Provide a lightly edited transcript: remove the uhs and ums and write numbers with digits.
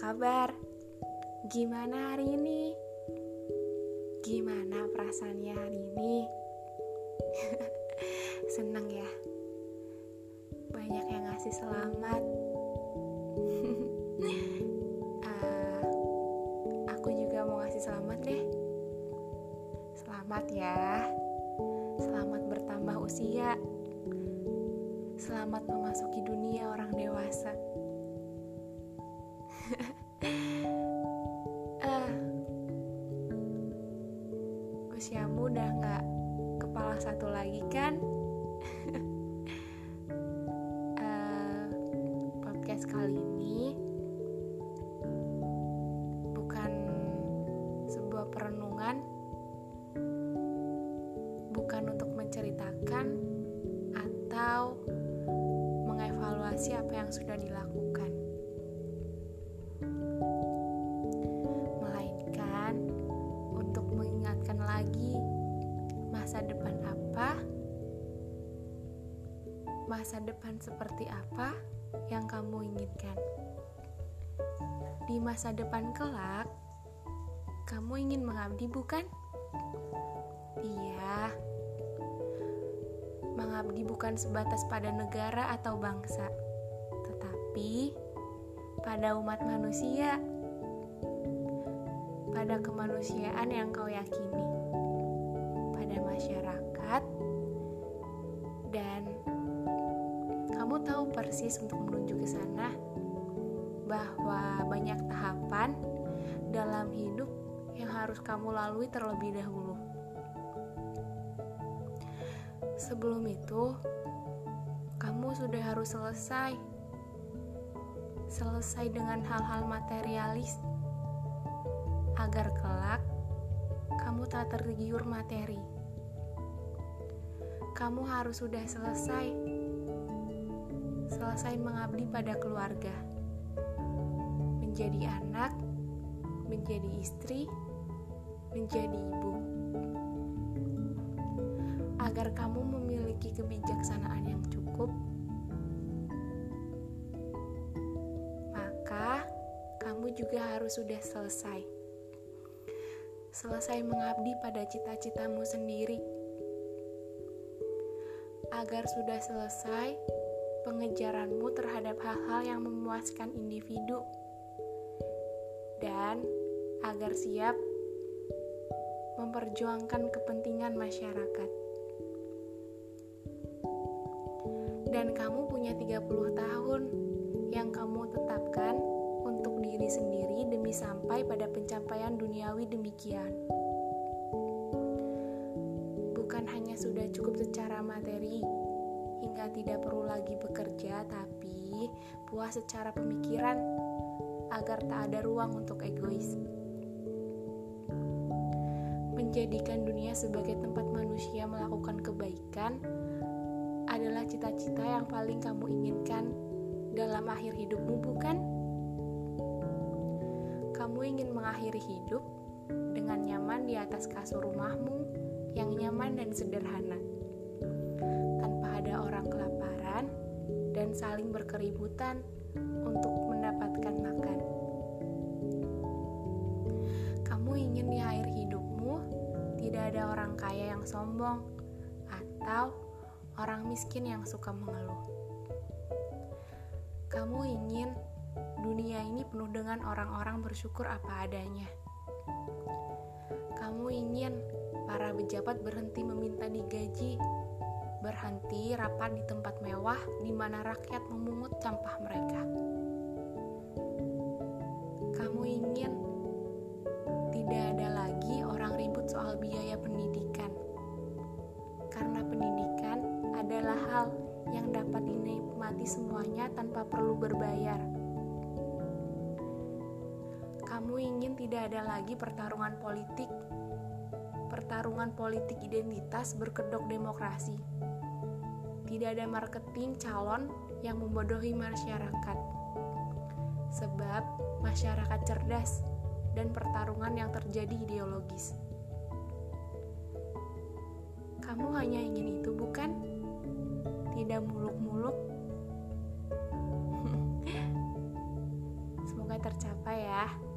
kabar? Gimana hari ini? Gimana perasaannya hari ini? Seneng ya? Banyak yang ngasih selamat. Aku juga mau ngasih selamat deh. Selamat ya. Selamat bertambah usia. Selamat memasuki dunia orang dewasa. Usiamu udah gak kepala satu lagi kan? Podcast kali ini bukan sebuah perenungan, bukan untuk menceritakan atau mengevaluasi apa yang sudah dilakukan, melainkan untuk mengingatkan lagi masa depan apa, masa depan seperti apa yang kamu inginkan. Di masa depan kelak, kamu ingin mengabdi bukan? Iya, mengabdi bukan sebatas pada negara atau bangsa, tetapi pada umat manusia, pada kemanusiaan yang kau yakini, pada masyarakat, dan kamu tahu persis untuk menuju ke sana bahwa banyak tahapan dalam hidup yang harus kamu lalui terlebih dahulu. Sebelum itu, kamu sudah harus selesai dengan hal-hal materialis, agar kelak kamu tak tergiur materi. Kamu harus sudah selesai mengabdi pada keluarga, menjadi anak, menjadi istri, menjadi ibu, agar kamu memiliki kebijaksanaan yang cukup. Maka kamu juga harus sudah selesai mengabdi pada cita-citamu sendiri, agar sudah selesai pengejaranmu terhadap hal-hal yang memuaskan individu, dan agar siap memperjuangkan kepentingan masyarakat. Dan kamu punya 30 tahun yang kamu tetapkan untuk diri sendiri demi sampai pada pencapaian duniawi demikian. Bukan hanya sudah cukup secara materi, hingga tidak perlu lagi bekerja, tapi puas secara pemikiran, agar tak ada ruang untuk egois. Menjadikan dunia sebagai tempat manusia melakukan kebaikan adalah cita-cita yang paling kamu inginkan dalam akhir hidupmu, bukan? Kamu ingin mengakhiri hidup dengan nyaman di atas kasur rumahmu yang nyaman dan sederhana, tanpa ada orang kelaparan dan saling berkeributan untuk mendapatkan makan. Kamu ingin di akhir hidupmu tidak ada orang kaya yang sombong atau orang miskin yang suka mengeluh. Kamu ingin dunia ini penuh dengan orang-orang bersyukur apa adanya. Kamu ingin para pejabat berhenti meminta digaji, berhenti rapat di tempat mewah di mana rakyat memungut sampah mereka. Kamu ingin tidak ada lagi orang ribut soal biaya pendidikan, karena pendidikan adalah hal yang dapat dinikmati semuanya tanpa perlu berbayar. Kamu ingin tidak ada lagi pertarungan politik identitas berkedok demokrasi. Tidak ada marketing calon yang membodohi masyarakat, sebab masyarakat cerdas dan pertarungan yang terjadi ideologis. Kamu hanya ingin itu, bukan? Tidak muluk-muluk. Semoga semoga tercapai ya.